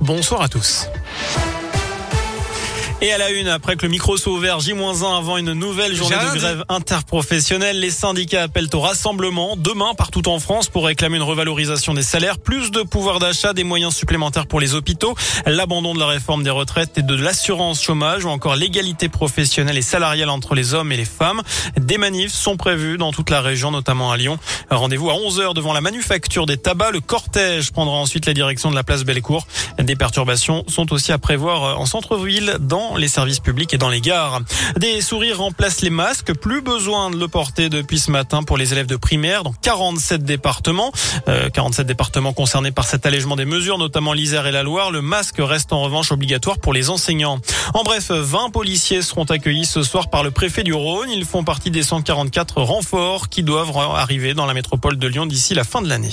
Bonsoir à tous. Et à la une, après que le micro soit ouvert J-1 avant une nouvelle journée de grève interprofessionnelle, les syndicats appellent au rassemblement demain partout en France pour réclamer une revalorisation des salaires, plus de pouvoir d'achat, des moyens supplémentaires pour les hôpitaux, l'abandon de la réforme des retraites et de l'assurance chômage ou encore l'égalité professionnelle et salariale entre les hommes et les femmes. Des manifs sont prévus dans toute la région, notamment à Lyon. Rendez-vous à 11h devant la manufacture des tabacs. Le cortège prendra ensuite la direction de la place Bellecour. Des perturbations sont aussi à prévoir en centre-ville, dans les services publics et dans les gares. Des sourires remplacent les masques. Plus besoin de le porter depuis ce matin pour les élèves de primaire dans 47 départements. 47 départements concernés par cet allègement des mesures, notamment l'Isère et la Loire. Le masque reste en revanche obligatoire pour les enseignants. En bref, 20 policiers seront accueillis ce soir par le préfet du Rhône. Ils font partie des 144 renforts qui doivent arriver dans la métropole de Lyon d'ici la fin de l'année.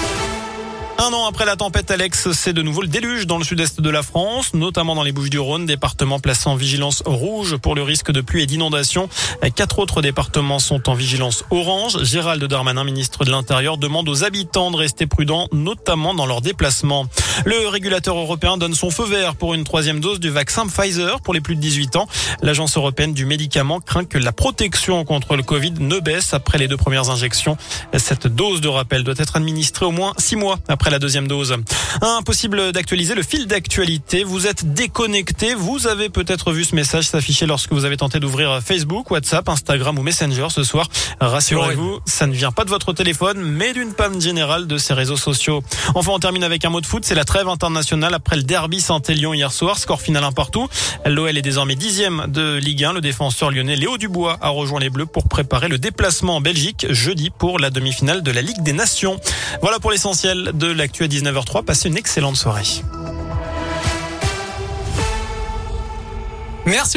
Un an après la tempête Alex, c'est de nouveau le déluge dans le sud-est de la France, notamment dans les Bouches-du-Rhône, département placé en vigilance rouge pour le risque de pluie et d'inondation. 4 autres départements sont en vigilance orange. Gérald Darmanin, ministre de l'Intérieur, demande aux habitants de rester prudents, notamment dans leurs déplacements. Le régulateur européen donne son feu vert pour une 3e dose du vaccin Pfizer pour les plus de 18 ans. L'agence européenne du médicament craint que la protection contre le Covid ne baisse après les 2 premières injections. Cette dose de rappel doit être administrée au moins 6 mois après la 2e dose. Impossible d'actualiser le fil d'actualité. Vous êtes déconnecté. Vous avez peut-être vu ce message s'afficher lorsque vous avez tenté d'ouvrir Facebook, WhatsApp, Instagram ou Messenger ce soir. Rassurez-vous, ça ne vient pas de votre téléphone, mais d'une panne générale de ces réseaux sociaux. Enfin, on termine avec un mot de foot. C'est la trêve internationale après le derby Saint-Élion hier soir. Score final 1 partout. L'OL est désormais 10e de Ligue 1. Le défenseur lyonnais Léo Dubois a rejoint les Bleus pour préparer le déplacement en Belgique jeudi pour la demi-finale de la Ligue des Nations. Voilà pour l'essentiel de l'actu à 19h03. Passez une excellente soirée. Merci.